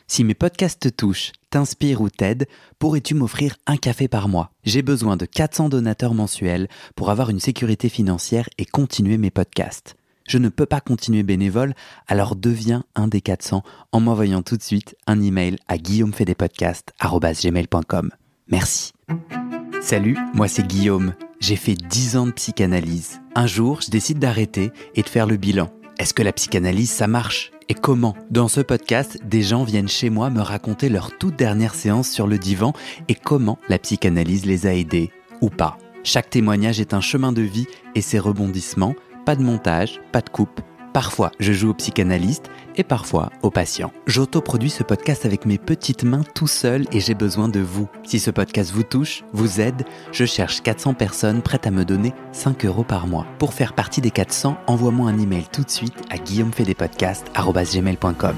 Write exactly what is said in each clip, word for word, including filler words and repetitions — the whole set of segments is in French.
Si mes podcasts te touchent, t'inspirent ou t'aident, pourrais-tu m'offrir un café par mois ? J'ai besoin de quatre cents donateurs mensuels pour avoir une sécurité financière et continuer mes podcasts. Je ne peux pas continuer bénévole, alors deviens un des quatre cents en m'envoyant tout de suite un email à guillaumefaidespodcast arobase gmail point com. Merci. Salut, moi c'est Guillaume. J'ai fait dix ans de psychanalyse. Un jour, je décide d'arrêter et de faire le bilan. Est-ce que la psychanalyse, ça marche ? Et comment ? Dans ce podcast, des gens viennent chez moi me raconter leur toute dernière séance sur le divan et comment la psychanalyse les a aidés, ou pas. Chaque témoignage est un chemin de vie et ses rebondissements, pas de montage, pas de coupe. Parfois, je joue au psychanalyste et parfois au patient. J'autoproduis ce podcast avec mes petites mains tout seul et j'ai besoin de vous. Si ce podcast vous touche, vous aide, je cherche quatre cents personnes prêtes à me donner cinq euros par mois. Pour faire partie des quatre cents, envoie-moi un email tout de suite à guillaumefaidespodcast arobase gmail point com.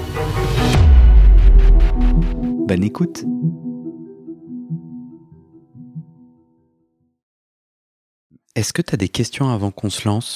Bonne écoute. Est-ce que tu as des questions avant qu'on se lance ?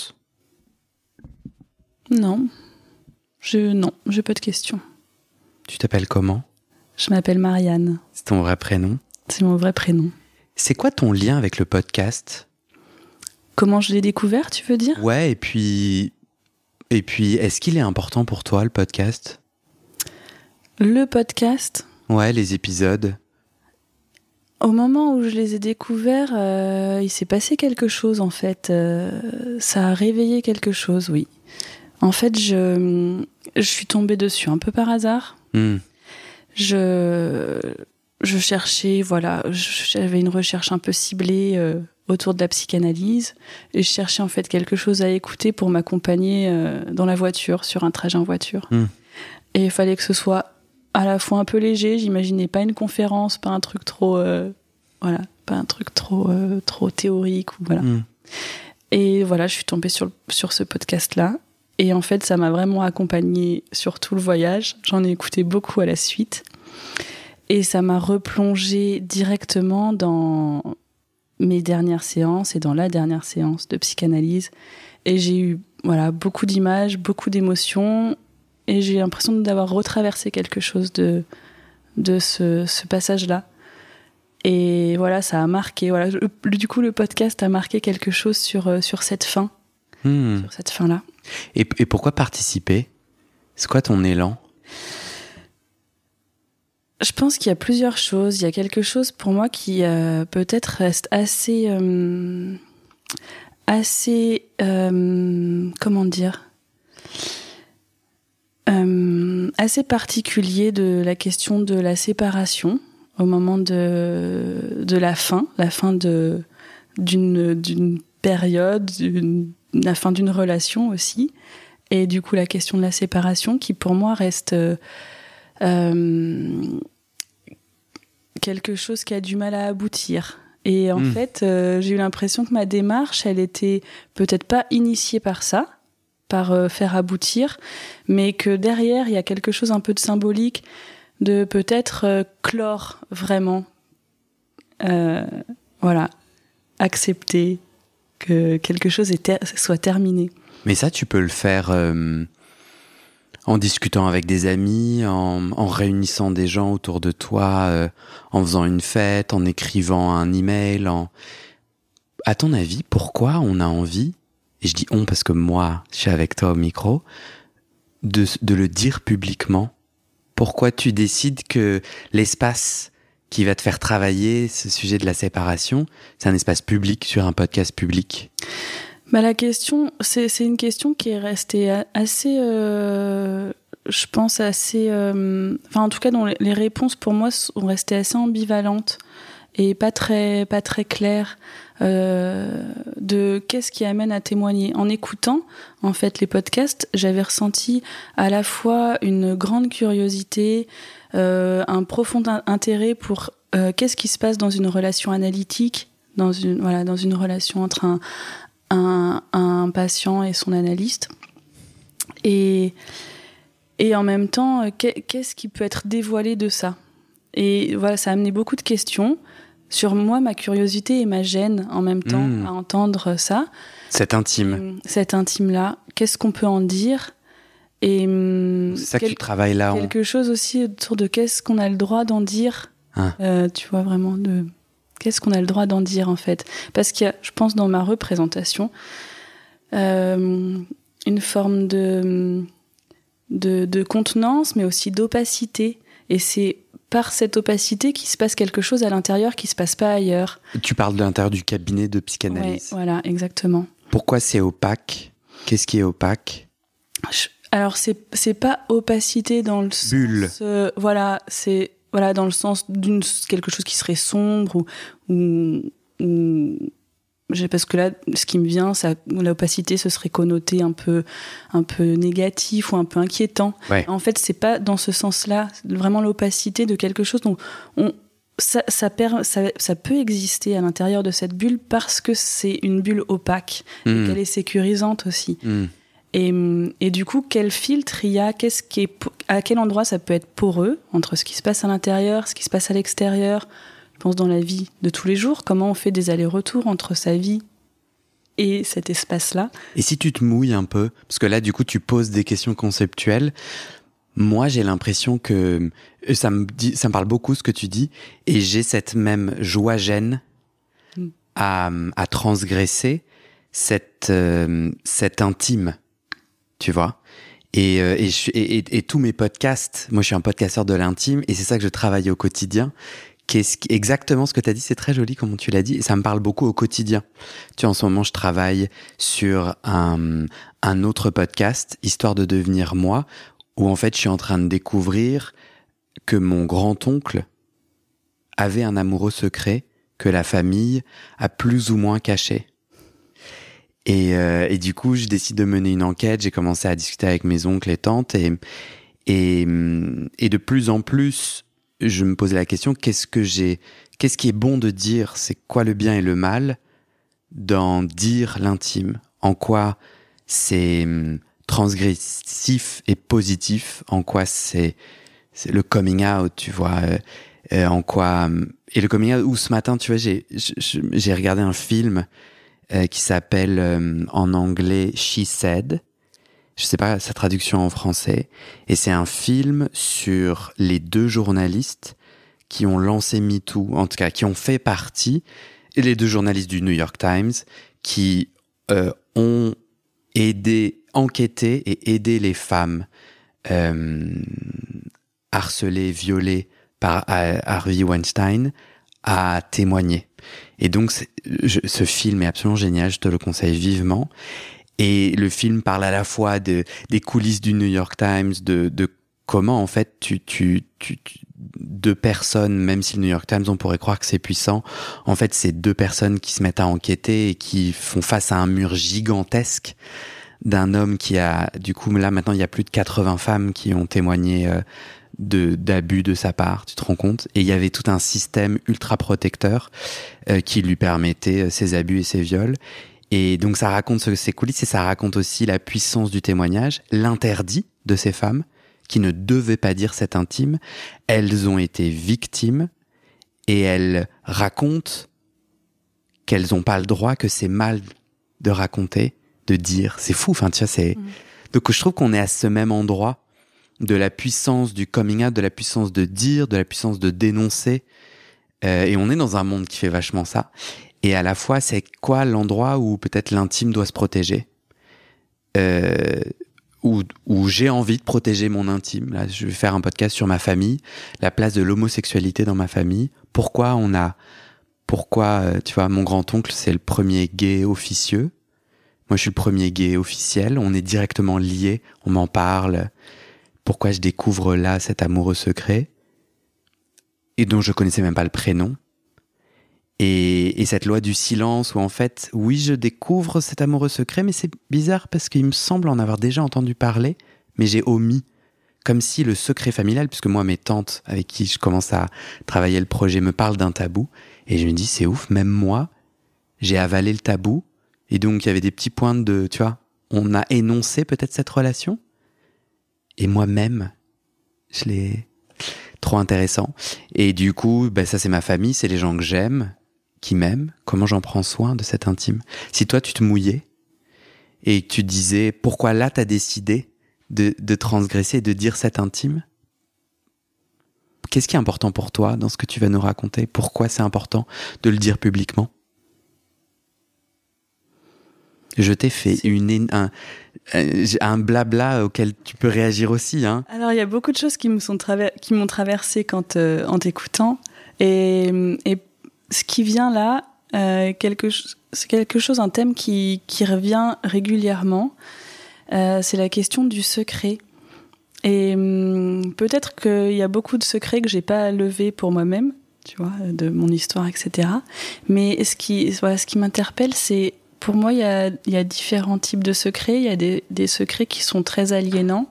Non, je non, j'ai pas de questions. Tu t'appelles comment ? Je m'appelle Marianne. C'est ton vrai prénom ? C'est mon vrai prénom. C'est quoi ton lien avec le podcast ? Comment je l'ai découvert, tu veux dire ? Ouais, et puis, et puis, est-ce qu'il est important pour toi, le podcast ? Le podcast ? Ouais, les épisodes. Au moment où je les ai découverts, euh, il s'est passé quelque chose, en fait. Euh, ça a réveillé quelque chose, oui. En fait, je, je suis tombée dessus un peu par hasard. Mmh. Je, je cherchais, voilà, j'avais une recherche un peu ciblée euh, autour de la psychanalyse. Et je cherchais en fait quelque chose à écouter pour m'accompagner euh, dans la voiture, sur un trajet en voiture. Mmh. Et il fallait que ce soit à la fois un peu léger. J'imaginais pas une conférence, pas un truc trop, euh, voilà, pas un truc trop, euh, trop théorique ou voilà. Mmh. Et voilà, je suis tombée sur sur ce podcast-là. Et en fait, ça m'a vraiment accompagnée sur tout le voyage. J'en ai écouté beaucoup à la suite. Et ça m'a replongée directement dans mes dernières séances et dans la dernière séance de psychanalyse. Et j'ai eu voilà, beaucoup d'images, beaucoup d'émotions. Et j'ai l'impression d'avoir retraversé quelque chose de, de ce, ce passage-là. Et voilà, ça a marqué. Voilà, du coup, le podcast a marqué quelque chose sur, sur cette fin. Mmh. Sur cette fin-là. Et, et pourquoi participer ? C'est quoi ton élan ? Je pense qu'il y a plusieurs choses. Il y a quelque chose pour moi qui euh, peut-être reste assez, euh, assez, euh, comment dire, euh, assez particulier de la question de la séparation au moment de de la fin, la fin de d'une d'une période, d'une la fin d'une relation aussi, et du coup la question de la séparation qui pour moi reste euh, euh, quelque chose qui a du mal à aboutir. Et en mmh. fait, euh, j'ai eu l'impression que ma démarche, elle était peut-être pas initiée par ça, par euh, faire aboutir, mais que derrière, il y a quelque chose un peu de symbolique, de peut-être euh, clore vraiment, euh, voilà, accepter que quelque chose est ter- soit terminé. Mais ça, tu peux le faire euh, en discutant avec des amis, en, en réunissant des gens autour de toi, euh, en faisant une fête, en écrivant un email. En... À ton avis, pourquoi on a envie, et je dis on parce que moi, je suis avec toi au micro, de, de le dire publiquement ? Pourquoi tu décides que l'espace qui va te faire travailler ce sujet de la séparation, c'est un espace public sur un podcast public ? Bah la question, c'est, c'est une question qui est restée assez, euh, je pense assez, euh, enfin en tout cas dont les, les réponses pour moi sont restées assez ambivalentes et pas très, pas très claires euh, de qu'est-ce qui amène à témoigner. En écoutant en fait les podcasts, j'avais ressenti à la fois une grande curiosité, Euh, un profond intérêt pour euh, qu'est-ce qui se passe dans une relation analytique, dans une voilà, dans une relation entre un, un, un patient et son analyste, et et en même temps qu'est-ce qui peut être dévoilé de ça. Et voilà, ça a amené beaucoup de questions sur moi, ma curiosité et ma gêne en même temps mmh. à entendre ça. Cet intime. Cet intime-là, qu'est-ce qu'on peut en dire ? Et c'est ça quel- que tu travailles là. quelque en... chose aussi autour de qu'est-ce qu'on a le droit d'en dire. Hein. Euh, tu vois, vraiment, de qu'est-ce qu'on a le droit d'en dire, en fait. Parce qu'il y a, je pense, dans ma représentation, euh, une forme de, de, de contenance, mais aussi d'opacité. Et c'est par cette opacité qu'il se passe quelque chose à l'intérieur qui ne se passe pas ailleurs. Tu parles de l'intérieur du cabinet de psychanalyse. Ouais, voilà, exactement. Pourquoi c'est opaque ? Qu'est-ce qui est opaque ? Je, alors, c'est, c'est pas opacité dans le Bulle. sens... Euh, voilà, c'est... Voilà, dans le sens d'une quelque chose qui serait sombre ou, ou, ou parce que là, ce qui me vient, ça, l'opacité, ce serait connoté un peu, un peu négatif ou un peu inquiétant. Ouais. En fait, c'est pas dans ce sens-là. Vraiment l'opacité de quelque chose. Donc, on, ça, ça, per, ça, ça peut exister à l'intérieur de cette bulle parce que c'est une bulle opaque mmh. et qu'elle est sécurisante aussi. Mmh. Et, et du coup, quel filtre il y a, qu'est-ce qui est, à quel endroit ça peut être poreux entre ce qui se passe à l'intérieur, ce qui se passe à l'extérieur. Je pense dans la vie de tous les jours, comment on fait des allers-retours entre sa vie et cet espace-là. Et si tu te mouilles un peu, parce que là, du coup, tu poses des questions conceptuelles. Moi, j'ai l'impression que ça me dit, ça me parle beaucoup ce que tu dis, et j'ai cette même joie-gêne mm. à, à transgresser cette, euh, cet intime. Tu vois, et, euh, et, je, et, et, et tous mes podcasts, moi je suis un podcasteur de l'intime et c'est ça que je travaille au quotidien. Qu'est-ce qui, exactement ce que tu as dit, c'est très joli comment tu l'as dit et ça me parle beaucoup au quotidien. Tu vois, en ce moment je travaille sur un, un autre podcast, Histoire de devenir moi, où en fait je suis en train de découvrir que mon grand-oncle avait un amoureux secret que la famille a plus ou moins caché. Et, euh, et du coup, je décide de mener une enquête. J'ai commencé à discuter avec mes oncles et tantes. Et, et, et de plus en plus, je me posais la question, qu'est-ce que j'ai, qu'est-ce qui est bon de dire ? C'est quoi le bien et le mal dans dire l'intime ? En quoi c'est transgressif et positif ? En quoi c'est, c'est le coming out, tu vois ? euh, En quoi... Et le coming out, où ce matin, tu vois, j'ai, j'ai regardé un film... Euh, qui s'appelle euh, en anglais She Said. Je sais pas sa traduction en français. Et c'est un film sur les deux journalistes qui ont lancé MeToo, en tout cas qui ont fait partie, et les deux journalistes du New York Times, qui euh, ont aidé, enquêté et aidé les femmes euh, harcelées, violées par Harvey Weinstein à témoigner. Et donc, je, ce film est absolument génial, je te le conseille vivement. Et le film parle à la fois de, des coulisses du New York Times, de, de comment, en fait, tu, tu, tu, tu, deux personnes, même si le New York Times, on pourrait croire que c'est puissant, en fait, c'est deux personnes qui se mettent à enquêter et qui font face à un mur gigantesque d'un homme qui a, du coup, là, maintenant, il y a plus de quatre-vingts femmes qui ont témoigné euh, de, d'abus de sa part, tu te rends compte ? Et il y avait tout un système ultra protecteur euh, qui lui permettait euh, ces abus et ces viols. Et donc ça raconte ce, ces coulisses et ça raconte aussi la puissance du témoignage, l'interdit de ces femmes qui ne devaient pas dire cet intime. Elles ont été victimes et elles racontent qu'elles n'ont pas le droit, que c'est mal de raconter, de dire. C'est fou, enfin tu vois, c'est... Mmh. Donc je trouve qu'on est à ce même endroit de la puissance du coming out, de la puissance de dire, de la puissance de dénoncer. Euh, et on est dans un monde qui fait vachement ça. Et à la fois, c'est quoi l'endroit où peut-être l'intime doit se protéger ? euh, où, où j'ai envie de protéger mon intime. Là, je vais faire un podcast sur ma famille, la place de l'homosexualité dans ma famille. Pourquoi on a... Pourquoi, euh, tu vois, mon grand-oncle, c'est le premier gay officieux. Moi, je suis le premier gay officiel. On est directement liés, on m'en parle... Pourquoi je découvre là cet amoureux secret et dont je connaissais même pas le prénom et, et cette loi du silence où en fait, oui, je découvre cet amoureux secret, mais c'est bizarre parce qu'il me semble en avoir déjà entendu parler, mais j'ai omis, comme si le secret familial, puisque moi, mes tantes avec qui je commence à travailler le projet me parlent d'un tabou et je me dis, c'est ouf, même moi, j'ai avalé le tabou et donc il y avait des petits points de, tu vois, on a énoncé peut-être cette relation. Et moi-même, je l'ai... Trop intéressant. Et du coup, bah, ça c'est ma famille, c'est les gens que j'aime, qui m'aiment. Comment j'en prends soin de cet intime ? Si toi tu te mouillais et que tu disais, pourquoi là t'as décidé de, de transgresser, de dire cet intime? Qu'est-ce qui est important pour toi dans ce que tu vas nous raconter? Pourquoi c'est important de le dire publiquement? Je t'ai fait une, un, un blabla auquel tu peux réagir aussi. Hein. Alors, il y a beaucoup de choses qui, me sont traver- qui m'ont traversé quand, euh, en t'écoutant. Et, et ce qui vient là, euh, quelque ch- c'est quelque chose, un thème qui, qui revient régulièrement. Euh, c'est la question du secret. Et hum, peut-être qu'il y a beaucoup de secrets que j'ai pas levés pour moi-même, tu vois, de mon histoire, et cetera. Mais ce qui, voilà, ce qui m'interpelle, c'est, pour moi, il y a, il y a différents types de secrets. Il y a des, des secrets qui sont très aliénants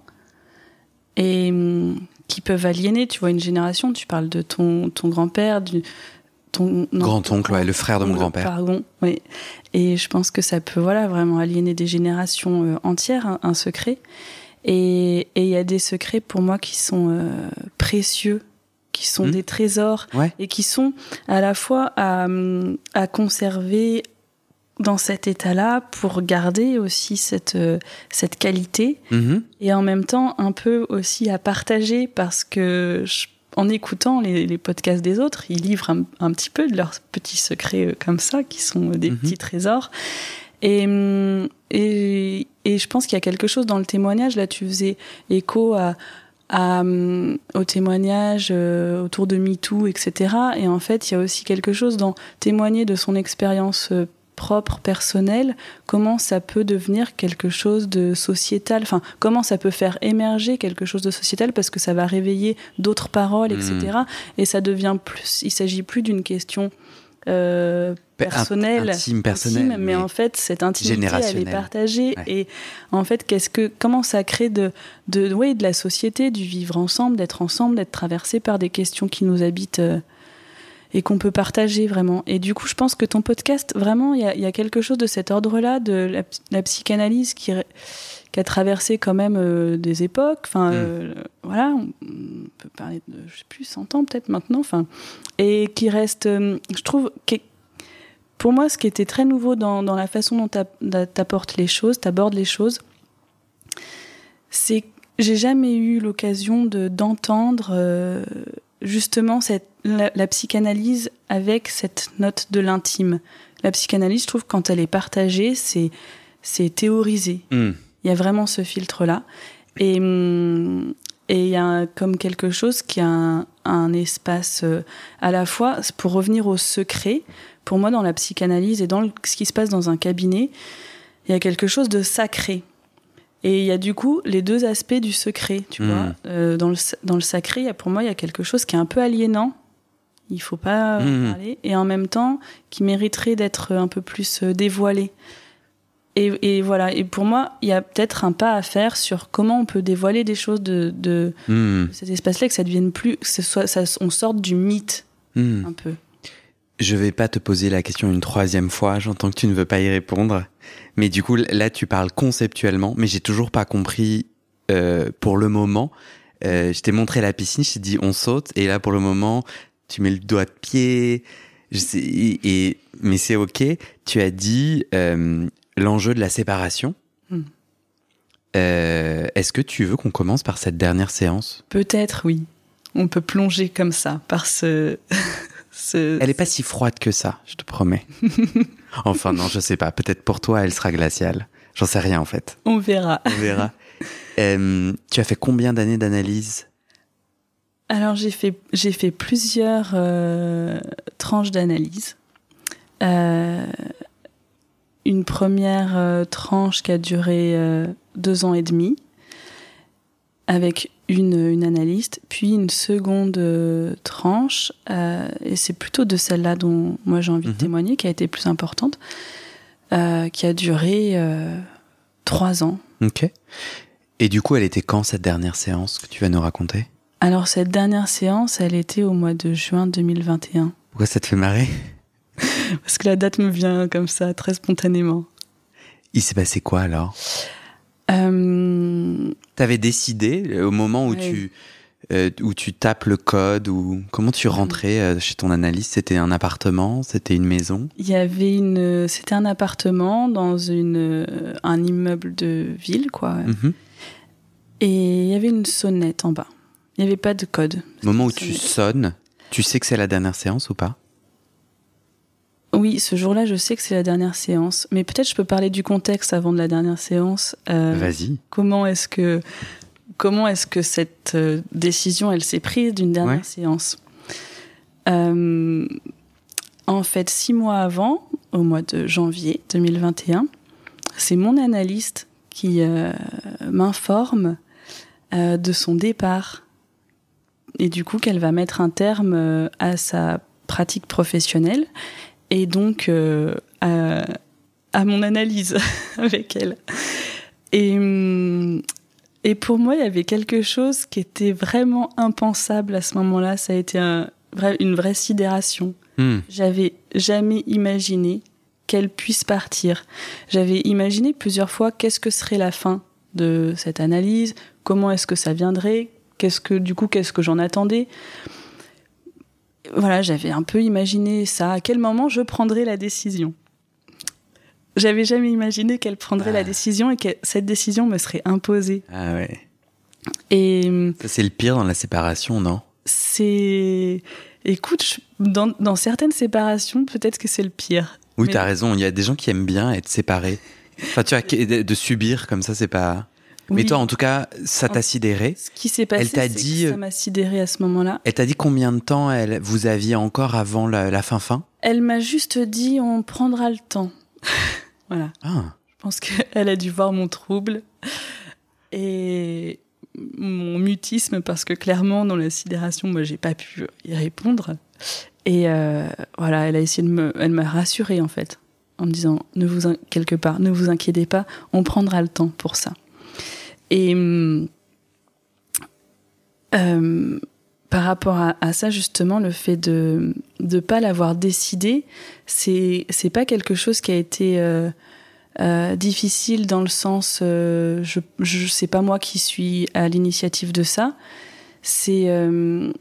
et hum, qui peuvent aliéner, tu vois, une génération. Tu parles de ton, ton grand-père, du, ton grand-oncle, ouais, le frère de mon grand-père. Pardon, oui. Et je pense que ça peut, voilà, vraiment aliéner des générations euh, entières, un, un secret. Et il y a des secrets pour moi qui sont euh, précieux, qui sont mmh. des trésors, ouais. et qui sont à la fois à, à conserver dans cet état-là pour garder aussi cette, euh, cette qualité, mmh. et en même temps un peu aussi à partager, parce que je, en écoutant les, les podcasts des autres, ils livrent un, un petit peu de leurs petits secrets euh, comme ça, qui sont des mmh. petits trésors. Et, et, et je pense qu'il y a quelque chose dans le témoignage. Là, tu faisais écho à, à, au témoignage euh, autour de MeToo, et cetera. Et en fait, il y a aussi quelque chose dans témoigner de son expérience euh, propre, personnelle, comment ça peut devenir quelque chose de sociétal, enfin, comment ça peut faire émerger quelque chose de sociétal, parce que ça va réveiller d'autres paroles, et cetera. Mmh. Et ça devient plus, il s'agit plus d'une question Euh, personnelle, intime, personnelle, intime, mais, mais en fait cette intimité elle est partagée, ouais. Et en fait qu'est-ce que comment ça crée de de ouais, de la société, du vivre ensemble, d'être ensemble, d'être traversé par des questions qui nous habitent euh, et qu'on peut partager vraiment. Et du coup je pense que ton podcast vraiment il y a il y a quelque chose de cet ordre-là, de la, la psychanalyse qui qui a traversé quand même euh, des époques, enfin mmh. euh, voilà, on peut parler de je sais plus cent ans peut-être maintenant, enfin, et qui reste, euh, je trouve, qui, pour moi, ce qui était très nouveau dans dans la façon dont t'apportes les choses, t'abordes les choses, c'est que j'ai jamais eu l'occasion de d'entendre euh, justement cette la, la psychanalyse avec cette note de l'intime. La psychanalyse, je trouve, quand elle est partagée, c'est c'est théorisé. Mmh. Il y a vraiment ce filtre-là. Et et il y a comme quelque chose qui a un, un espace euh, à la fois, pour revenir au secret, pour moi, dans la psychanalyse et dans le, ce qui se passe dans un cabinet, il y a quelque chose de sacré. Et il y a du coup les deux aspects du secret, tu mmh. vois. Euh, dans, le, dans le sacré, il y a, pour moi, il y a quelque chose qui est un peu aliénant. Il ne faut pas mmh. en parler. Et en même temps, qui mériterait d'être un peu plus dévoilé. Et, et voilà, et pour moi, il y a peut-être un pas à faire sur comment on peut dévoiler des choses de, de, mmh. de cet espace-là, que ça devienne plus, que ce soit, ça, on sorte du mythe mmh. un peu. Je vais pas te poser la question une troisième fois, j'entends que tu ne veux pas y répondre, mais du coup, là, tu parles conceptuellement, mais j'ai toujours pas compris euh, pour le moment. Euh, je t'ai montré la piscine, je t'ai dit on saute, et là, pour le moment, tu mets le doigt de pied, je sais, et, et, mais c'est ok. Tu as dit... Euh, l'enjeu de la séparation. Mmh. Euh, est-ce que tu veux qu'on commence par cette dernière séance ? Peut-être, oui. On peut plonger comme ça, par ce... ce... Elle n'est pas si froide que ça, je te promets. Enfin, non, je sais pas. Peut-être pour toi, elle sera glaciale. J'en sais rien, en fait. On verra. On verra. euh, tu as fait combien d'années d'analyse ? Alors, j'ai fait, j'ai fait plusieurs euh, tranches d'analyse. Euh... Une première euh, tranche qui a duré euh, deux ans et demi, avec une, une analyste, puis une seconde euh, tranche, euh, et c'est plutôt de celle-là dont moi j'ai envie mmh. de témoigner, qui a été plus importante, euh, qui a duré euh, trois ans. Ok. Et du coup, elle était quand cette dernière séance que tu vas nous raconter ? Alors cette dernière séance, elle était au mois de juin deux mille vingt et un. Pourquoi ça te fait marrer ? Parce que la date me vient comme ça, très spontanément. Il s'est passé quoi alors ? euh... T'avais décidé au moment où, ouais. tu, euh, où tu tapes le code, ou comment tu rentrais euh, chez ton analyste ? C'était un appartement ? C'était une maison ? Il y avait une, c'était un appartement dans une, un immeuble de ville, quoi. Mm-hmm. Et il y avait une sonnette en bas. Il n'y avait pas de code. Au moment où tu sonnes, tu sais que c'est la dernière séance ou pas ? Oui, ce jour-là, je sais que c'est la dernière séance. Mais peut-être je peux parler du contexte avant de la dernière séance. Euh, Vas-y. Comment est-ce que, comment est-ce que cette euh, décision, elle s'est prise d'une dernière ouais. séance ? euh, En fait, six mois avant, au mois de janvier deux mille vingt et un, c'est mon analyste qui euh, m'informe euh, de son départ et du coup qu'elle va mettre un terme euh, à sa pratique professionnelle et donc euh, à, à mon analyse avec elle. Et, et pour moi, il y avait quelque chose qui était vraiment impensable à ce moment-là. Ça a été un, une vraie sidération. Mmh. J'avais jamais imaginé qu'elle puisse partir. J'avais imaginé plusieurs fois qu'est-ce que serait la fin de cette analyse, comment est-ce que ça viendrait, qu'est-ce que du coup qu'est-ce que j'en attendais. Voilà, j'avais un peu imaginé ça, à quel moment je prendrais la décision. J'avais jamais imaginé qu'elle prendrait ah. la décision et que cette décision me serait imposée. Ah ouais. Et ça, c'est le pire dans la séparation, non ? C'est... Écoute, dans, dans certaines séparations, peut-être que c'est le pire. Oui, mais... t'as raison, il y a des gens qui aiment bien être séparés. Enfin, tu vois, de, de subir comme ça, c'est pas... Oui. Mais toi, en tout cas, ça t'a sidéré. Ce qui s'est passé, elle t'a c'est dit, que ça m'a sidéré à ce moment-là. Elle t'a dit combien de temps elle, vous aviez encore avant la, la fin-fin ? Elle m'a juste dit, on prendra le temps. Voilà. Ah. Je pense qu'elle a dû voir mon trouble et mon mutisme, parce que clairement, dans la sidération, moi, j'ai pas pu y répondre. Et euh, voilà, elle a essayé de me... Elle m'a rassurée, en fait, en me disant, ne vous in... quelque part, ne vous inquiétez pas, on prendra le temps pour ça. Et euh, par rapport à, à ça, justement, le fait de ne pas l'avoir décidé, c'est, c'est pas quelque chose qui a été euh, euh, difficile dans le sens, euh, je, je c'est pas moi qui suis à l'initiative de ça, c'est euh,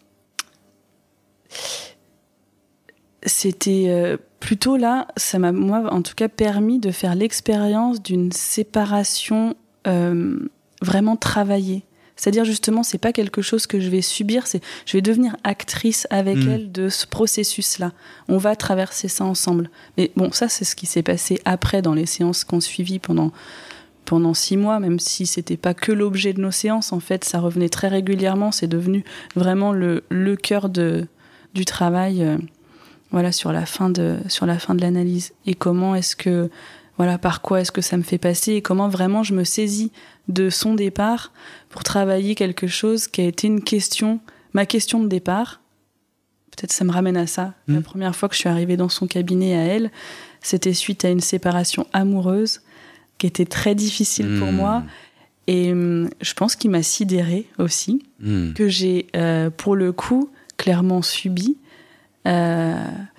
c'était euh, plutôt là, ça m'a moi en tout cas permis de faire l'expérience d'une séparation euh, vraiment travaillée. C'est-à-dire justement, c'est pas quelque chose que je vais subir, c'est je vais devenir actrice avec mmh. elle de ce processus-là. On va traverser ça ensemble. Mais bon, ça c'est ce qui s'est passé après dans les séances qu'on suivit pendant pendant six mois, même si c'était pas que l'objet de nos séances. En fait, ça revenait très régulièrement. C'est devenu vraiment le le cœur de du travail. Euh, voilà, sur la fin de sur la fin de l'analyse. Et comment est-ce que Voilà, par quoi est-ce que ça me fait passer et comment vraiment je me saisis de son départ pour travailler quelque chose qui a été une question, ma question de départ. Peut-être ça me ramène à ça. Mmh. La première fois que je suis arrivée dans son cabinet à elle, c'était suite à une séparation amoureuse qui était très difficile mmh. pour moi. Et hum, je pense qu'il m'a sidérée aussi, mmh. que j'ai, euh, pour le coup, clairement subi. Euh,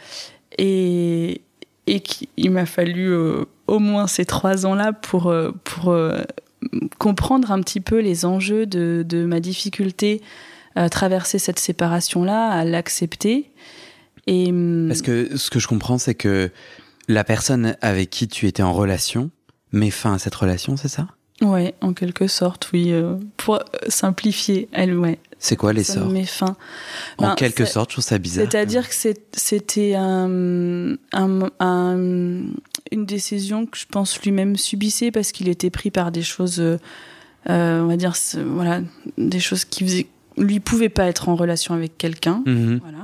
et... Et qu'il m'a fallu euh, au moins ces trois ans-là pour, euh, pour euh, comprendre un petit peu les enjeux de, de ma difficulté à traverser cette séparation-là, à l'accepter. Et, Parce que ce que je comprends, c'est que la personne avec qui tu étais en relation met fin à cette relation, c'est ça ? Ouais, en quelque sorte, oui. Euh, pour simplifier, elle, ouais. C'est quoi les sorts ? Met fin. En ben, quelque sorte, je trouve ça bizarre. C'est-à-dire que c'est, c'était un, un, un, une décision que je pense lui-même subissait parce qu'il était pris par des choses, euh, on va dire, voilà, des choses qui faisaient, lui pouvait pas être en relation avec quelqu'un, mm-hmm. voilà.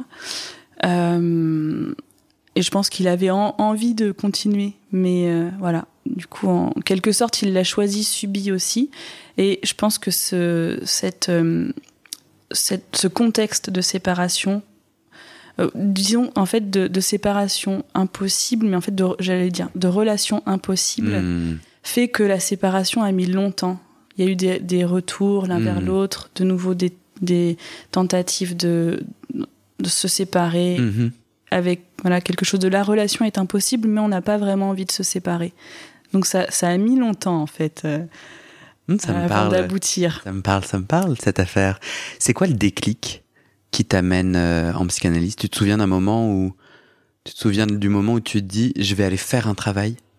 Euh, et je pense qu'il avait en, envie de continuer, mais euh, voilà. Du coup, en quelque sorte, il l'a choisi, subi aussi. Et je pense que ce, cette, euh, cette, ce contexte de séparation, euh, disons en fait de, de séparation impossible, mais en fait, de, j'allais dire, de relation impossible, mmh. fait que la séparation a mis longtemps. Il y a eu des, des retours l'un mmh. vers l'autre, de nouveau des, des tentatives de, de se séparer. Mmh. Avec voilà, quelque chose de la relation est impossible, mais on n'a pas vraiment envie de se séparer. Donc ça, ça a mis longtemps, en fait, euh, mmh, ça avant me parle, d'aboutir. Ça me parle, ça me parle, cette affaire. C'est quoi le déclic qui t'amène euh, en psychanalyse ? Tu te souviens d'un moment où... Tu te souviens du moment où tu te dis « je vais aller faire un travail » ?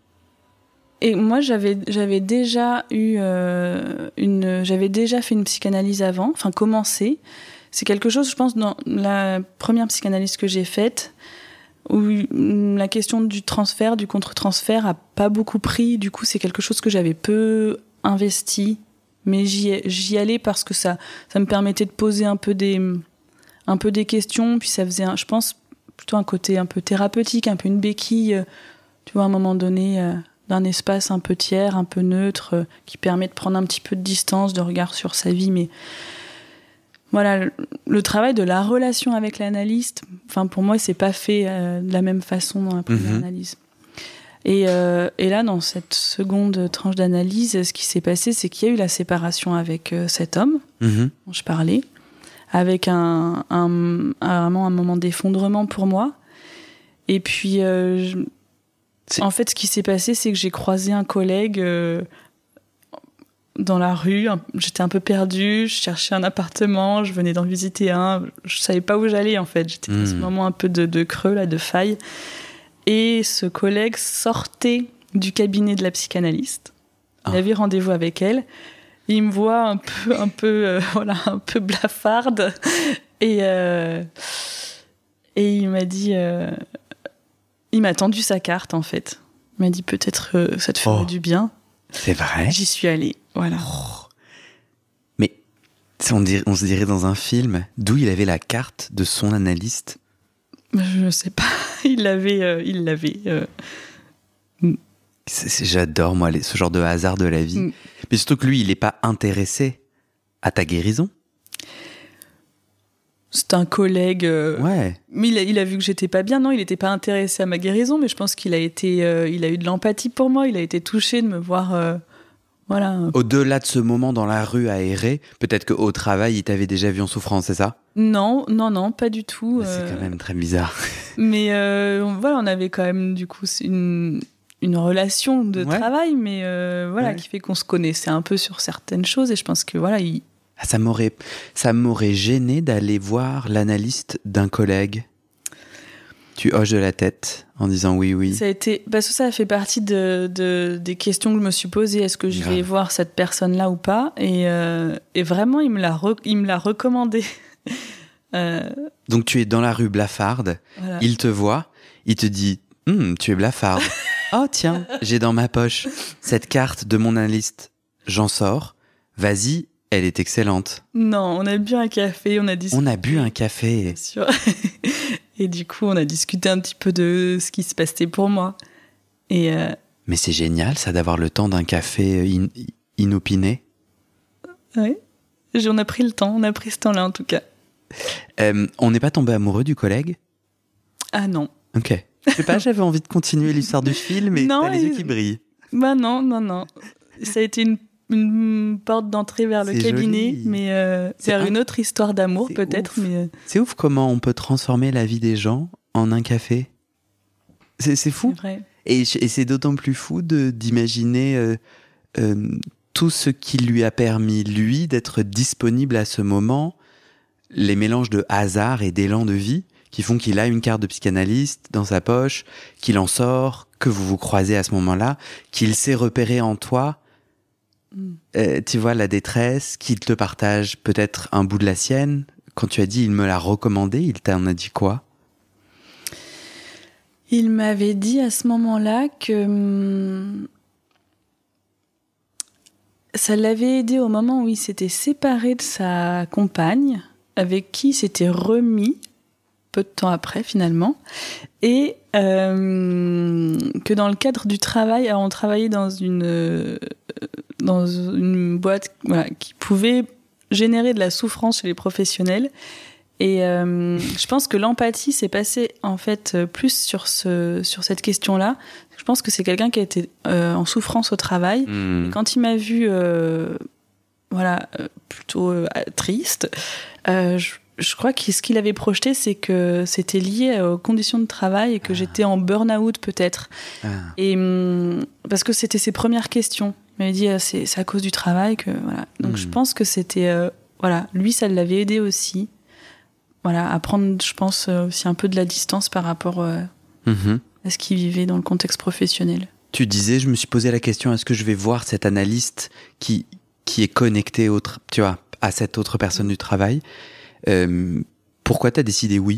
Et moi, j'avais, j'avais déjà eu euh, une, j'avais déjà fait une psychanalyse avant, enfin commencé. C'est quelque chose, je pense, dans la première psychanalyse que j'ai faite, où la question du transfert, du contre-transfert, a pas beaucoup pris. Du coup, c'est quelque chose que j'avais peu investi, mais j'y, j'y allais parce que ça, ça me permettait de poser un peu des, un peu des questions. Puis ça faisait, un, je pense, plutôt un côté un peu thérapeutique, un peu une béquille. Tu vois, à un moment donné. Euh, d'un espace un peu tiers, un peu neutre, euh, qui permet de prendre un petit peu de distance, de regard sur sa vie. Mais voilà, le, le travail de la relation avec l'analyste, enfin pour moi, c'est pas fait euh, de la même façon dans la première mmh. analyse. Et, euh, et là, dans cette seconde tranche d'analyse, ce qui s'est passé, c'est qu'il y a eu la séparation avec euh, cet homme mmh. dont je parlais, avec un, un, un, vraiment un moment d'effondrement pour moi. Et puis... Euh, je, C'est... En fait, ce qui s'est passé, c'est que j'ai croisé un collègue euh, dans la rue. J'étais un peu perdue, je cherchais un appartement, je venais d'en visiter un. Je savais pas où j'allais, en fait. J'étais mmh. dans ce moment un peu de, de creux, là, de faille. Et ce collègue sortait du cabinet de la psychanalyste. Il ah. avait rendez-vous avec elle. Il me voit un peu, un peu, euh, voilà, un peu blafarde. Et, euh, et il m'a dit... Euh, Il m'a tendu sa carte, en fait. Il m'a dit, peut-être euh, ça te ferait oh, du bien. C'est vrai ? J'y suis allée, voilà. Oh. Mais on, dirait, on se dirait dans un film, d'où il avait la carte de son analyste ? Je ne sais pas. Il l'avait... Euh, il l'avait euh... c'est, c'est, j'adore, moi, les, ce genre de hasard de la vie. Mm. Mais surtout que lui, il n'est pas intéressé à ta guérison. C'est un collègue. Euh, ouais. Mais il a, il a vu que j'étais pas bien. Non, il n'était pas intéressé à ma guérison, mais je pense qu'il a été, euh, il a eu de l'empathie pour moi. Il a été touché de me voir, euh, voilà. Au-delà de ce moment dans la rue à errer, peut-être qu'au travail, il t'avait déjà vu en souffrance, c'est ça ? Non, non, non, pas du tout. C'est euh... quand même très bizarre. Mais euh, voilà, on avait quand même du coup une une relation de ouais. travail, mais euh, voilà, ouais. qui fait qu'on se connaissait un peu sur certaines choses. Et je pense que voilà, il Ça m'aurait, ça m'aurait gêné d'aller voir l'analyste d'un collègue. Tu hoches de la tête en disant oui, oui. Ça a été, parce que ça fait partie de, de, des questions que je me suis posées. Est-ce que je vais Grave. voir cette personne-là ou pas ? Et, euh, et vraiment, il me l'a, re, il me l'a recommandé. euh... Donc tu es dans la rue Blafarde, voilà. Il te voit, il te dit hm, tu es Blafarde. Oh tiens, j'ai dans ma poche cette carte de mon analyste. J'en sors. Vas-y. Elle est excellente. Non, on a bu un café, on a discuté. On a bu un café. Bien sûr. Et du coup, on a discuté un petit peu de ce qui se passait pour moi. Et euh... Mais c'est génial, ça, d'avoir le temps d'un café in- inopiné. Oui, on a pris le temps, on a pris ce temps-là en tout cas. Euh, on n'est pas tombé amoureux du collègue ? Ah non. Ok. Je sais pas, j'avais envie de continuer l'histoire du film, mais non, t'as les yeux qui brillent. Bah non, non, non. Ça a été une une porte d'entrée vers le c'est cabinet, joli. mais euh, vers un... une autre histoire d'amour c'est peut-être. Mais euh... c'est ouf comment on peut transformer la vie des gens en un café. C'est, c'est fou. C'est vrai. Et, et c'est d'autant plus fou de, d'imaginer euh, euh, tout ce qui lui a permis, lui, d'être disponible à ce moment, les mélanges de hasard et d'élan de vie qui font qu'il a une carte de psychanalyste dans sa poche, qu'il en sort, que vous vous croisez à ce moment-là, qu'il sait repérer en toi Euh, tu vois, la détresse, qu'il te partage peut-être un bout de la sienne. Quand tu as dit « il me l'a recommandé », il t'en a dit quoi ? Il m'avait dit à ce moment-là que hum, ça l'avait aidé au moment où il s'était séparé de sa compagne, avec qui il s'était remis peu de temps après finalement, et euh, que dans le cadre du travail, alors on travaillait dans une euh, dans une boîte voilà, qui pouvait générer de la souffrance chez les professionnels, et euh, je pense que l'empathie s'est passée en fait plus sur ce sur cette question-là. Je pense que c'est quelqu'un qui a été euh, en souffrance au travail. Mmh. Et quand il m'a vu euh, voilà euh, plutôt euh, triste, euh, je Je crois que ce qu'il avait projeté, c'est que c'était lié aux conditions de travail et que ah. j'étais en burn-out peut-être. Ah. Et parce que c'était ses premières questions. Il m'avait dit c'est, c'est à cause du travail que voilà. Donc mmh. je pense que c'était euh, voilà, lui ça l'avait aidé aussi. Voilà, à prendre, je pense aussi un peu de la distance par rapport euh, mmh. à ce qu'il vivait dans le contexte professionnel. Tu disais, je me suis posé la question, est-ce que je vais voir cet analyste qui, qui est connecté au tra- tu vois, à cette autre personne du travail. Euh, pourquoi tu as décidé oui ?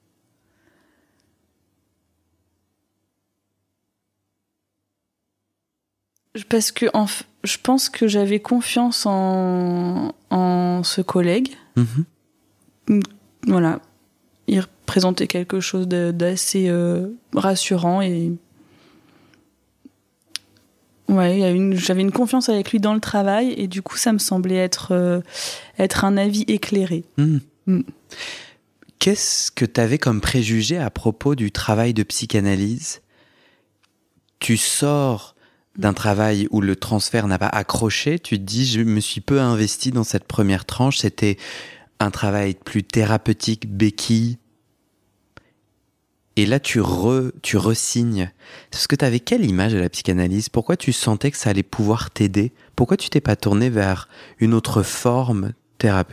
Parce que en f- je pense que j'avais confiance en, en ce collègue. Mmh. Voilà. Il représentait quelque chose de, d'assez euh, rassurant et ouais, il y a une, j'avais une confiance avec lui dans le travail et du coup ça me semblait être, euh, être un avis éclairé. Mmh. Mmh. Qu'est-ce que tu avais comme préjugé à propos du travail de psychanalyse ? Tu sors d'un travail où le transfert n'a pas accroché, tu te dis je me suis peu investi dans cette première tranche, c'était un travail plus thérapeutique, béquille. Et là, tu re, tu re-signes. Est-ce que tu avais quelle image de la psychanalyse ? Pourquoi tu sentais que ça allait pouvoir t'aider ? Pourquoi tu t'es pas tourné vers une autre forme thérapeutique ?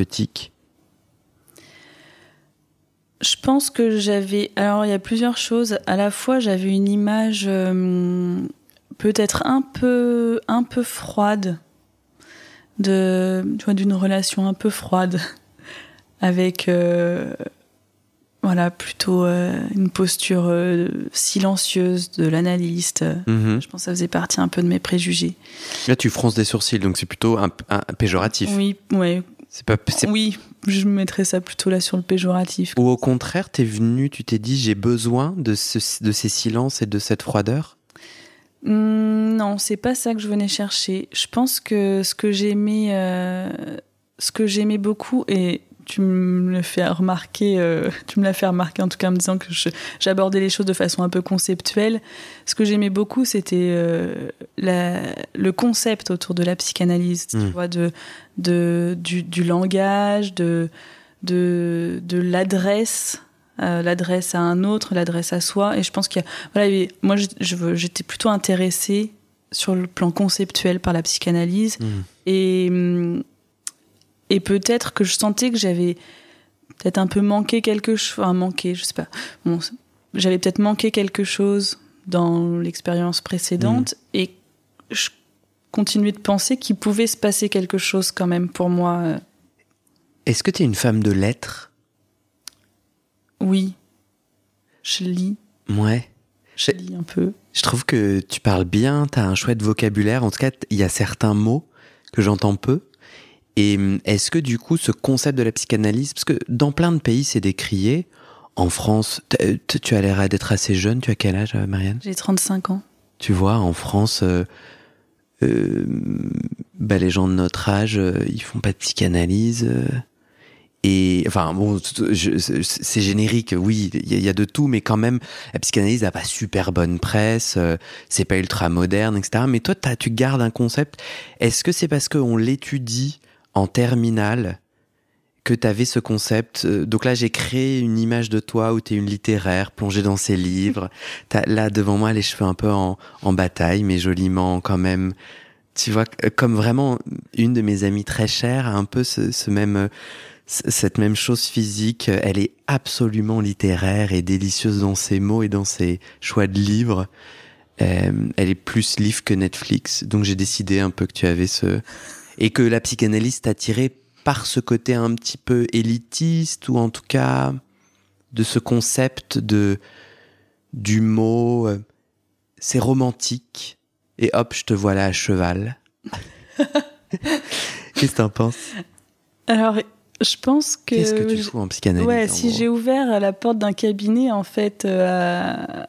Je pense que j'avais... Alors, il y a plusieurs choses. À la fois, j'avais une image euh, peut-être un peu, un peu froide, de, tu vois, d'une relation un peu froide avec... Euh, Voilà, plutôt euh, une posture euh, silencieuse de l'analyste. Mmh. Je pense que ça faisait partie un peu de mes préjugés. Là, tu fronces des sourcils, donc c'est plutôt un, un péjoratif. Oui, ouais. C'est pas, c'est... Oui, je mettrais ça plutôt là sur le péjoratif. Ou au contraire, t'es venu, tu t'es dit, j'ai besoin de, ce, de ces silences et de cette froideur ? Hum, non, c'est pas ça que je venais chercher. Je pense que ce que j'aimais, euh, ce que j'aimais beaucoup, et tu me le fais remarquer, euh, tu me l'as fait remarquer en tout cas en me disant que je, j'abordais les choses de façon un peu conceptuelle. Ce que j'aimais beaucoup, c'était euh, la, le concept autour de la psychanalyse, mmh. tu vois, de, de, du, du langage, de, de, de l'adresse, euh, l'adresse à un autre, l'adresse à soi. Et je pense qu'il y a, voilà, moi, je, je, j'étais plutôt intéressée sur le plan conceptuel par la psychanalyse. Mmh. Et Et peut-être que je sentais que j'avais peut-être un peu manqué quelque chose, enfin manqué, je sais pas. Bon, j'avais peut-être manqué quelque chose dans l'expérience précédente mmh. et je continuais de penser qu'il pouvait se passer quelque chose quand même pour moi. Est-ce que tu es une femme de lettres ? Oui, je lis. Ouais. Je lis un peu. Je trouve que tu parles bien, tu as un chouette vocabulaire. En tout cas, il y a certains mots que j'entends peu. Et est-ce que du coup, ce concept de la psychanalyse, parce que dans plein de pays, c'est décrié. En France, tu as l'air d'être assez jeune. Tu as quel âge, Marianne ? J'ai trente-cinq ans. Tu vois, en France, euh, euh, bah, les gens de notre âge, euh, ils font pas de psychanalyse. Euh, et enfin, bon, je, c'est générique, oui, il y, y a de tout, mais quand même, la psychanalyse n'a pas super bonne presse, euh, c'est pas ultra moderne, et cetera. Mais toi, tu gardes un concept. Est-ce que c'est parce qu'on l'étudie en terminale que tu avais ce concept? Donc là, j'ai créé une image de toi où tu es une littéraire plongée dans ses livres. T'as là devant moi les cheveux un peu en, en bataille, mais joliment quand même. Tu vois, comme vraiment une de mes amies très chères a un peu ce, ce même, cette même chose physique. Elle est absolument littéraire et délicieuse dans ses mots et dans ses choix de livres. Euh, elle est plus livre que Netflix. Donc j'ai décidé un peu que tu avais ce... Et que la psychanalyse t'attirait par ce côté un petit peu élitiste, ou en tout cas de ce concept de, du mot, euh, c'est romantique, et hop, je te vois là à cheval. Qu'est-ce que t'en penses ? Alors, je pense que... Qu'est-ce que tu fous en psychanalyse ? Ouais, en si gros. J'ai ouvert la porte d'un cabinet, en fait, euh, à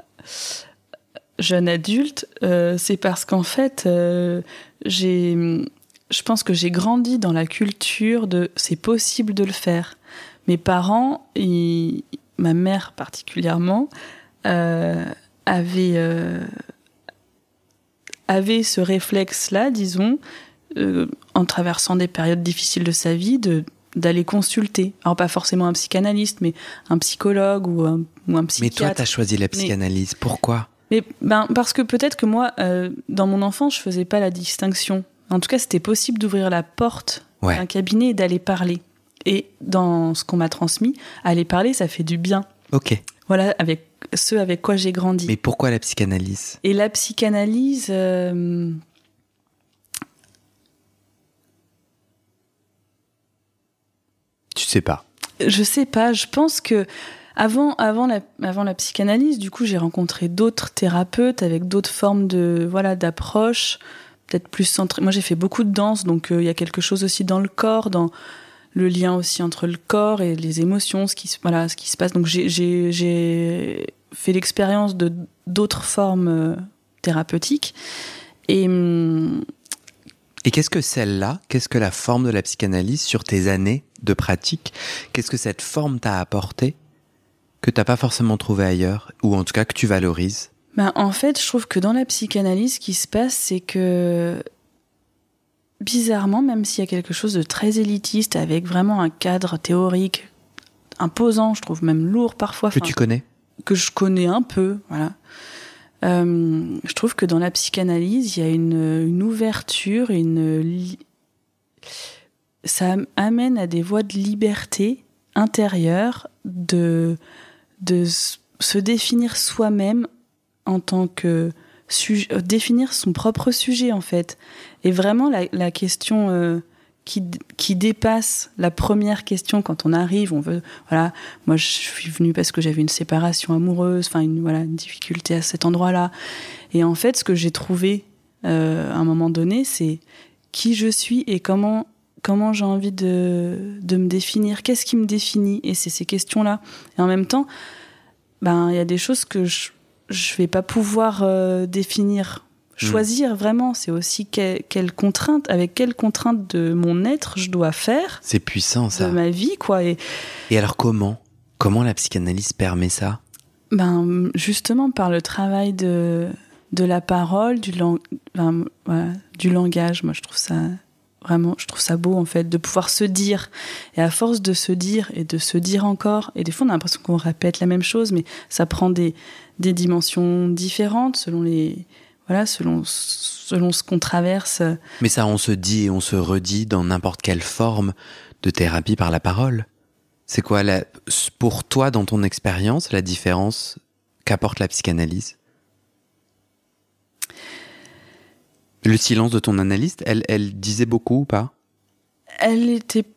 jeune adulte, euh, c'est parce qu'en fait, euh, j'ai... Je pense que j'ai grandi dans la culture de c'est possible de le faire. Mes parents, ils, ma mère particulièrement, euh, avaient, euh, avaient ce réflexe-là, disons, euh, en traversant des périodes difficiles de sa vie, de, d'aller consulter. Alors pas forcément un psychanalyste, mais un psychologue ou un, ou un psychiatre. Mais toi, t'as choisi la psychanalyse. Mais, pourquoi ? mais, ben, parce que peut-être que moi, euh, dans mon enfance, je faisais pas la distinction. En tout cas, c'était possible d'ouvrir la porte ouais. d'un cabinet et d'aller parler. Et dans ce qu'on m'a transmis, aller parler, ça fait du bien. Ok. voilà, avec ceux avec quoi j'ai grandi. Mais pourquoi la psychanalyse ? Et la psychanalyse... Euh, tu sais pas. Je sais pas, je pense que avant, avant, la, avant la psychanalyse, du coup, j'ai rencontré d'autres thérapeutes avec d'autres formes de, voilà, d'approche, peut-être plus centrées. Moi, j'ai fait beaucoup de danse, donc il euh, y a quelque chose aussi dans le corps, dans le lien aussi entre le corps et les émotions, ce qui, voilà, ce qui se passe. Donc, j'ai, j'ai, j'ai fait l'expérience de d'autres formes euh, thérapeutiques. Et... Hum, Et qu'est-ce que celle-là, qu'est-ce que la forme de la psychanalyse sur tes années de pratique, qu'est-ce que cette forme t'a apporté que t'as pas forcément trouvé ailleurs, ou en tout cas que tu valorises ? Ben, en fait, je trouve que dans la psychanalyse, ce qui se passe, c'est que bizarrement, même s'il y a quelque chose de très élitiste, avec vraiment un cadre théorique imposant, je trouve même lourd parfois. Que tu connais ? Que je connais un peu, voilà. Euh, je trouve que dans la psychanalyse, il y a une, une ouverture, une li... ça amène à des voies de liberté intérieure, de, de se définir soi-même en tant que sujet, définir son propre sujet en fait. Et vraiment la, la question euh, qui, qui dépasse la première question quand on arrive, on veut, voilà, moi je suis venue parce que j'avais une séparation amoureuse, enfin une, voilà, une difficulté à cet endroit-là. Et en fait, ce que j'ai trouvé euh, à un moment donné, c'est qui je suis et comment, comment j'ai envie de, de me définir, qu'est-ce qui me définit, et c'est ces questions-là. Et en même temps, ben, il y a des choses que je je vais pas pouvoir euh, définir, choisir mmh. vraiment. C'est aussi que, quelle contrainte, avec quelle contrainte de mon être je dois faire. C'est puissant ça. De ma vie, quoi. Et, et alors comment Comment la psychanalyse permet ça ? Ben justement par le travail de de la parole, du lang, ben, voilà, du langage. Moi, je trouve ça vraiment, je trouve ça beau en fait de pouvoir se dire. Et à force de se dire et de se dire encore, et des fois on a l'impression qu'on répète la même chose, mais ça prend des des dimensions différentes selon les voilà selon selon ce qu'on traverse. Mais ça, on se dit et on se redit dans n'importe quelle forme de thérapie par la parole. C'est quoi la, pour toi dans ton expérience la différence qu'apporte la psychanalyse ? Le silence de ton analyste, elle elle disait beaucoup ou pas ? Elle était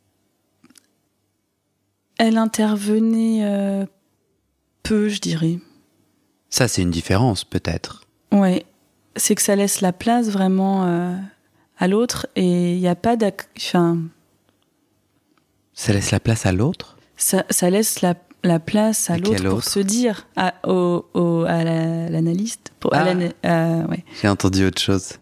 elle intervenait euh, peu, je dirais. Ça, c'est une différence, peut-être. Ouais, c'est que ça laisse la place vraiment euh, à l'autre et il n'y a pas d'ac... Enfin, ça laisse la place à l'autre ? Ça, ça laisse la, la place à, à l'autre pour se dire, à, au, au, à la, l'analyste. Pour, ah, à l'ana... euh, ouais. J'ai entendu autre chose.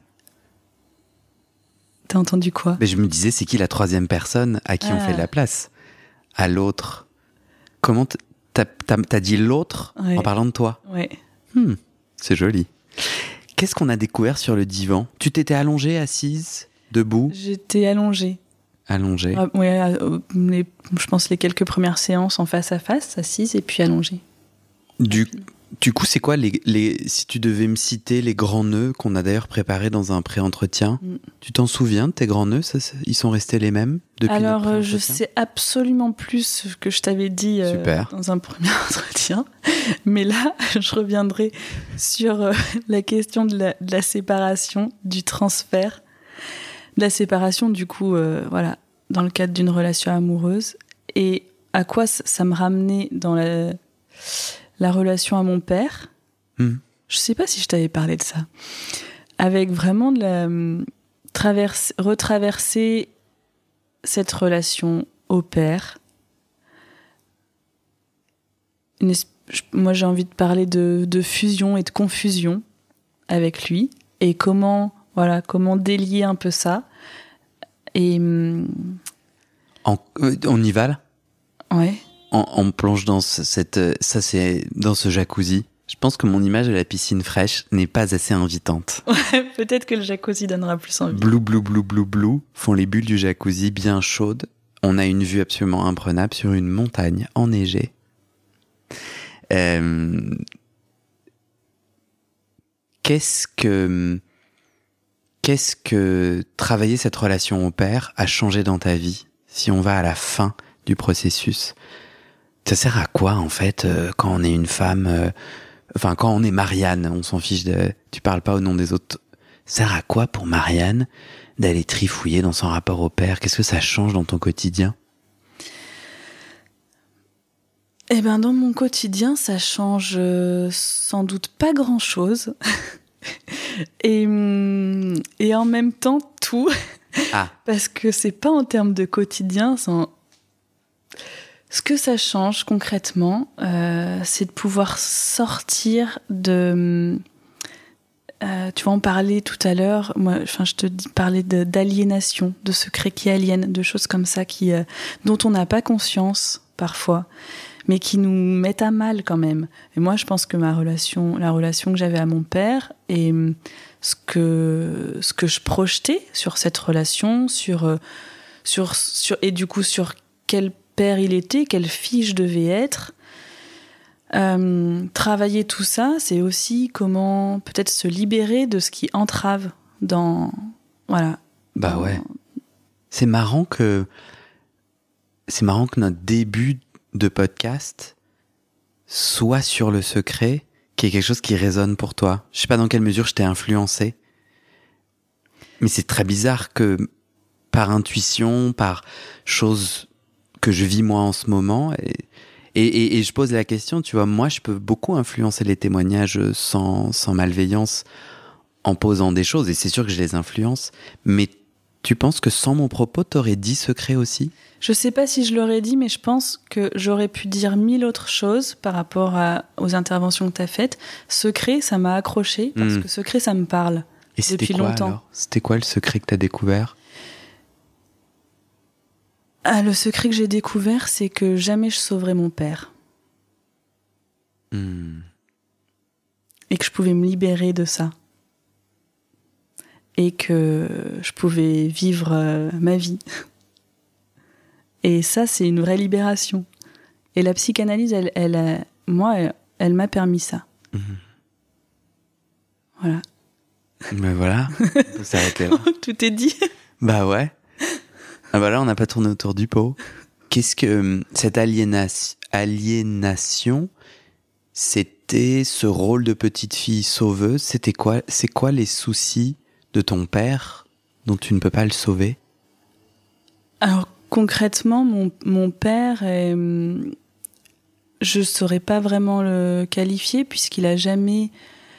T'as entendu quoi ? Mais je me disais, c'est qui la troisième personne à qui ah. on fait la place ? À l'autre. Comment t- T'as, t'as, t'as dit l'autre ouais. en parlant de toi ? Ouais. Hmm, c'est joli. Qu'est-ce qu'on a découvert sur le divan ? Tu t'étais allongée, assise, debout ? J'étais allongée. Allongée. Ah, oui, les, je pense les quelques premières séances en face à face, assise et puis allongée. Du, du coup, c'est quoi, les, les, si tu devais me citer les grands nœuds qu'on a d'ailleurs préparés dans un pré-entretien, mm. tu t'en souviens de tes grands nœuds ? Ça, ils sont restés les mêmes depuis notre pré-entretien ? Alors, je sais absolument plus ce que je t'avais dit euh, dans un premier entretien. Mais là, je reviendrai sur euh, la question de la, de la séparation, du transfert. De la séparation, du coup, euh, voilà, dans le cadre d'une relation amoureuse. Et à quoi ça, ça me ramenait dans la... la relation à mon père. Mmh. Je sais pas si je t'avais parlé de ça. Avec vraiment de la euh, traverse, retraverser cette relation au père. Une, moi, j'ai envie de parler de, de fusion et de confusion avec lui et comment, voilà, comment délier un peu ça. Et en, euh, on y va là ? Ouais. On, on plonge dans ce, cette, ça c'est dans ce jacuzzi. Je pense que mon image de la piscine fraîche n'est pas assez invitante. Ouais, peut-être que le jacuzzi donnera plus envie. Blou, blou, blou, blou, blou, font les bulles du jacuzzi bien chaudes. On a une vue absolument imprenable sur une montagne enneigée. Euh, qu'est-ce que, qu'est-ce que travailler cette relation au père a changé dans ta vie, si on va à la fin du processus ? Ça sert à quoi, en fait, euh, quand on est une femme, euh, enfin, quand on est Marianne, on s'en fiche de, tu parles pas au nom des autres. Ça sert à quoi pour Marianne d'aller trifouiller dans son rapport au père? Qu'est-ce que ça change dans ton quotidien? Eh ben, dans mon quotidien, ça change euh, sans doute pas grand-chose. et, et en même temps, tout. Ah. Parce que c'est pas en termes de quotidien, c'est en... Ce que ça change concrètement, euh, c'est de pouvoir sortir de... Euh, tu vas en parler tout à l'heure. Moi, enfin, je te dis, parler de, d'aliénation, de secrets qui aliènent, de choses comme ça qui, euh, dont on n'a pas conscience parfois, mais qui nous mettent à mal quand même. Et moi, je pense que ma relation, la relation que j'avais à mon père et ce que ce que je projetais sur cette relation, sur sur sur et du coup sur quel père il était, quelle fille je devais être. Euh, travailler tout ça, c'est aussi comment peut-être se libérer de ce qui entrave dans voilà. Bah dans... ouais. C'est marrant que c'est marrant que notre début de podcast soit sur le secret, qui est quelque chose qui résonne pour toi. Je sais pas dans quelle mesure je t'ai influencé, mais c'est très bizarre que par intuition, par chose que je vis moi en ce moment, et, et, et, et je pose la question, tu vois, moi je peux beaucoup influencer les témoignages sans, sans malveillance en posant des choses, et c'est sûr que je les influence, mais tu penses que sans mon propos, t'aurais dit secret aussi ? Je sais pas si je l'aurais dit, mais je pense que j'aurais pu dire mille autres choses par rapport à, aux interventions que t'as faites. Secret, ça m'a accroché, parce mmh. que secret, ça me parle et c'était depuis quoi, longtemps. Alors c'était quoi le secret que t'as découvert ? Ah, le secret que j'ai découvert, c'est que jamais je sauverai mon père. Mmh. Et que je pouvais me libérer de ça. Et que je pouvais vivre euh, ma vie. Et ça, c'est une vraie libération. Et la psychanalyse, elle, elle a, moi, elle, elle m'a permis ça. Mmh. Voilà. Ben voilà, on peut s'arrêter là. Tout est dit. Bah ouais. Ah bah là, on n'a pas tourné autour du pot. Qu'est-ce que cette aliénation, aliénation, c'était ce rôle de petite fille sauveuse. C'était quoi ? C'est quoi les soucis de ton père dont tu ne peux pas le sauver ? Alors concrètement, mon mon père, est, je ne saurais pas vraiment le qualifier puisqu'il a jamais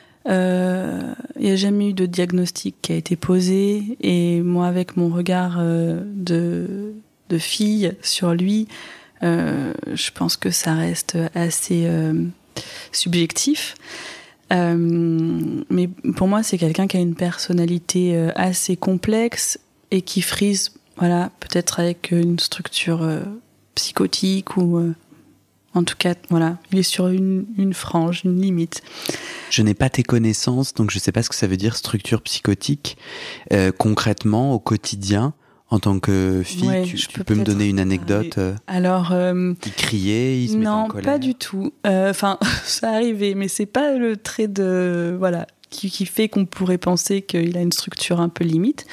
Euh, il n'y a jamais eu de diagnostic qui a été posé et moi avec mon regard euh, de, de fille sur lui euh, je pense que ça reste assez euh, subjectif euh, mais pour moi c'est quelqu'un qui a une personnalité euh, assez complexe et qui frise voilà, peut-être avec une structure euh, psychotique ou euh, en tout cas, voilà, il est sur une, une frange, une limite. Je n'ai pas tes connaissances, donc je ne sais pas ce que ça veut dire structure psychotique. Euh, concrètement, au quotidien, en tant que fille, ouais, tu, tu peux, peux me donner une anecdote euh, Alors, euh, il criait, il se mettait en colère. Non, pas du tout. Enfin, euh, ça arrivait, mais c'est pas le trait de voilà qui, qui fait qu'on pourrait penser qu'il a une structure un peu limite.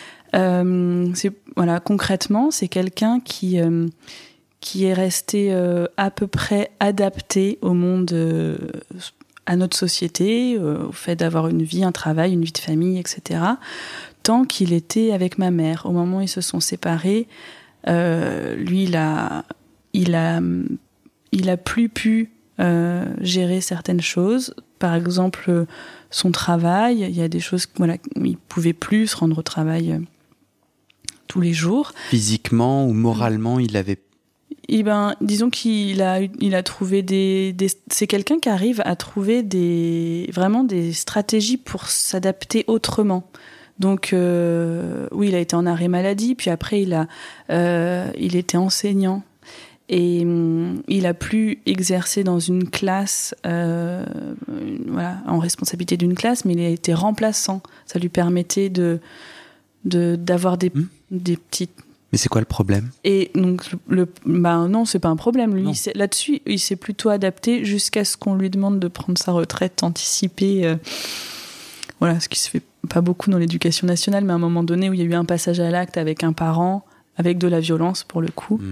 Euh, c'est voilà, concrètement, c'est quelqu'un qui euh, qui est resté euh, à peu près adapté au monde, euh, à notre société, euh, au fait d'avoir une vie, un travail, une vie de famille, et cetera, tant qu'il était avec ma mère. Au moment où ils se sont séparés, euh, lui, il a, il a, il a plus pu euh, gérer certaines choses. Par exemple, son travail, il y a des choses, voilà, il pouvait plus se rendre au travail euh, tous les jours. Physiquement ou moralement, il avait Eh ben, disons qu'il a, il a trouvé des, des... C'est quelqu'un qui arrive à trouver des, vraiment des stratégies pour s'adapter autrement. Donc, euh, oui, il a été en arrêt maladie, puis après, il, a, euh, il était enseignant. Et hum, il a pu exercer dans une classe, euh, voilà, en responsabilité d'une classe, mais il a été remplaçant. Ça lui permettait de, de, d'avoir des, mmh. des petites... Mais c'est quoi le problème ? Et donc, le, bah non, c'est pas un problème. Lui, il s'est, là-dessus, il s'est plutôt adapté jusqu'à ce qu'on lui demande de prendre sa retraite anticipée. Euh, voilà, ce qui se fait pas beaucoup dans l'éducation nationale, mais à un moment donné où il y a eu un passage à l'acte avec un parent, avec de la violence pour le coup. Mmh.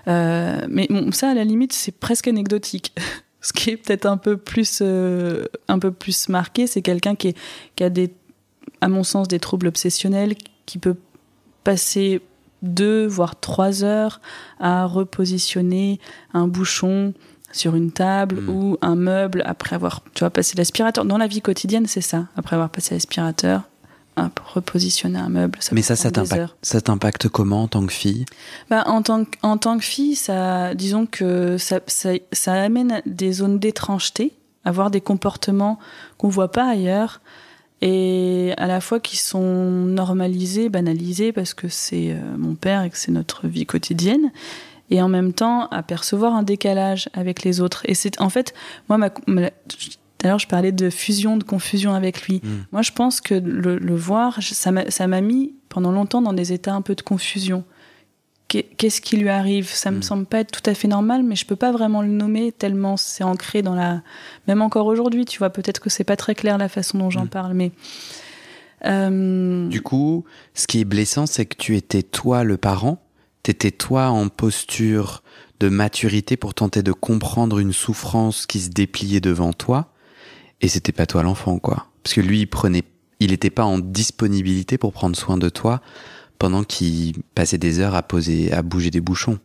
Euh, mais bon, ça, à la limite, c'est presque anecdotique. Ce qui est peut-être un peu plus, euh, un peu plus marqué, c'est quelqu'un qui, est, qui a, des, à mon sens, des troubles obsessionnels, qui peut passer deux, voire trois heures à repositionner un bouchon sur une table mmh. ou un meuble après avoir, tu vois, passé l'aspirateur. Dans la vie quotidienne, c'est ça. Après avoir passé l'aspirateur, hop, repositionner un meuble. Ça Mais ça, ça t'impacte, ça t'impacte comment en tant que fille ? Bah, en tant que, en tant que fille, ça, disons que ça, ça, ça amène des zones d'étrangeté, avoir des comportements qu'on voit pas ailleurs, et à la fois qui sont normalisés, banalisés, parce que c'est euh, mon père et que c'est notre vie quotidienne, et en même temps apercevoir un décalage avec les autres. Et c'est en fait, moi, ma, ma tout à l'heure, je parlais de fusion, de confusion avec lui. Mmh. Moi, je pense que le, le voir, ça m'a, ça m'a mis pendant longtemps dans des états un peu de confusion. Qu'est-ce qui lui arrive ? Ça me mmh. semble pas être tout à fait normal, mais je peux pas vraiment le nommer tellement c'est ancré dans la... Même encore aujourd'hui, tu vois, peut-être que c'est pas très clair la façon dont j'en mmh. parle, mais... Euh... Du coup, ce qui est blessant, c'est que tu étais toi le parent, t'étais toi en posture de maturité pour tenter de comprendre une souffrance qui se dépliait devant toi, et c'était pas toi l'enfant, quoi. Parce que lui, il prenait, il était pas en disponibilité pour prendre soin de toi pendant qu'il passait des heures à poser, à bouger des bouchons.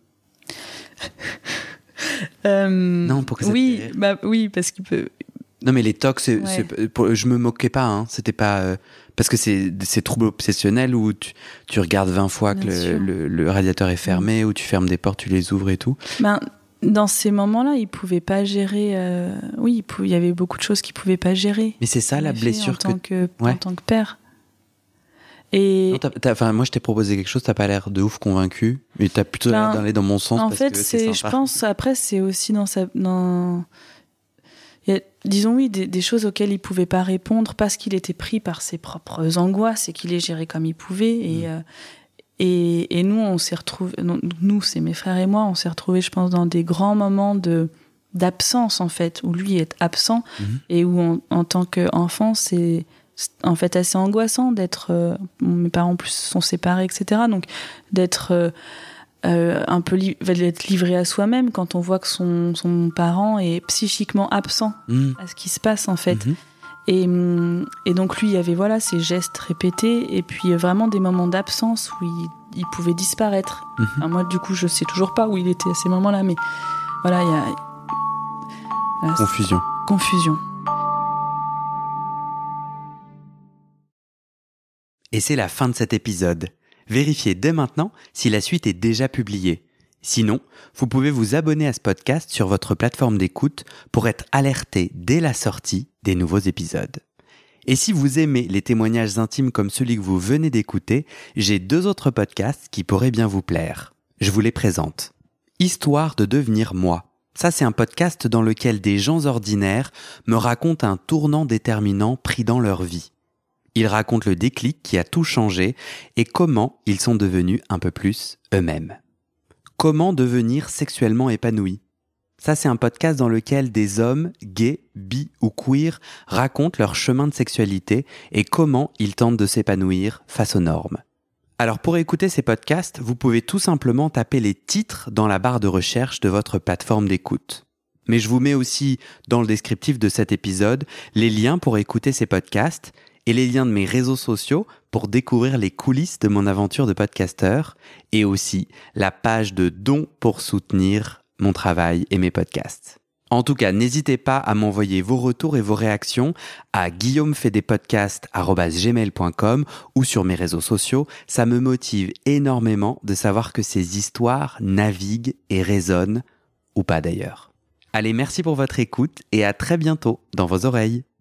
euh, non, pour que ça oui, bah oui, parce qu'il peut. Non, mais les tocs, c'est, ouais. c'est, pour, je me moquais pas, hein. C'était pas euh, parce que c'est ces troubles obsessionnels où tu, tu regardes vingt fois Bien que le, le, le radiateur est fermé, mmh. ou tu fermes des portes, tu les ouvres et tout. Ben. Dans ces moments-là, il pouvait pas gérer. Euh... Oui, il, pouvait... il y avait beaucoup de choses qu'il pouvait pas gérer. Mais c'est ça la blessure en tant que... que... Ouais. En tant que père. Et non, t'as, t'as, enfin, moi, je t'ai proposé quelque chose, t'as pas l'air de ouf convaincu, mais t'as plutôt ben, l'air d'aller dans mon sens. En parce fait, que c'est, c'est je pense, après, c'est aussi dans sa, dans, il y a, disons oui, des, des choses auxquelles il pouvait pas répondre parce qu'il était pris par ses propres angoisses et qu'il les gérait comme il pouvait. Et mmh. euh, Et, et nous, on s'est retrouvés, nous, c'est mes frères et moi, on s'est retrouvés, je pense, dans des grands moments de, d'absence, en fait, où lui est absent, mmh. et où, on, en tant qu'enfant, c'est, c'est en fait assez angoissant d'être... Euh, mes parents, en plus, sont séparés, et cetera. Donc, d'être euh, euh, un peu li- d'être livré à soi-même quand on voit que son, son parent est psychiquement absent mmh. à ce qui se passe, en fait. Mmh. Et, et donc lui, il y avait voilà, ces gestes répétés et puis vraiment des moments d'absence où il, il pouvait disparaître. Mmh. Enfin, moi, du coup, je sais toujours pas où il était à ces moments-là, mais voilà, il y a... Voilà, confusion. Confusion. Et c'est la fin de cet épisode. Vérifiez dès maintenant si la suite est déjà publiée. Sinon, vous pouvez vous abonner à ce podcast sur votre plateforme d'écoute pour être alerté dès la sortie des nouveaux épisodes. Et si vous aimez les témoignages intimes comme celui que vous venez d'écouter, j'ai deux autres podcasts qui pourraient bien vous plaire. Je vous les présente. Histoire de devenir moi. Ça, c'est un podcast dans lequel des gens ordinaires me racontent un tournant déterminant pris dans leur vie. Ils racontent le déclic qui a tout changé et comment ils sont devenus un peu plus eux-mêmes. Comment devenir sexuellement épanoui ? Ça, c'est un podcast dans lequel des hommes, gays, bi ou queer, racontent leur chemin de sexualité et comment ils tentent de s'épanouir face aux normes. Alors pour écouter ces podcasts, vous pouvez tout simplement taper les titres dans la barre de recherche de votre plateforme d'écoute. Mais je vous mets aussi dans le descriptif de cet épisode les liens pour écouter ces podcasts et les liens de mes réseaux sociaux pour découvrir les coulisses de mon aventure de podcasteur et aussi la page de dons pour soutenir mon travail et mes podcasts. En tout cas, n'hésitez pas à m'envoyer vos retours et vos réactions à guillaumefedepodcast arobase gmail point com ou sur mes réseaux sociaux. Ça me motive énormément de savoir que ces histoires naviguent et résonnent, ou pas d'ailleurs. Allez, merci pour votre écoute et à très bientôt dans vos oreilles.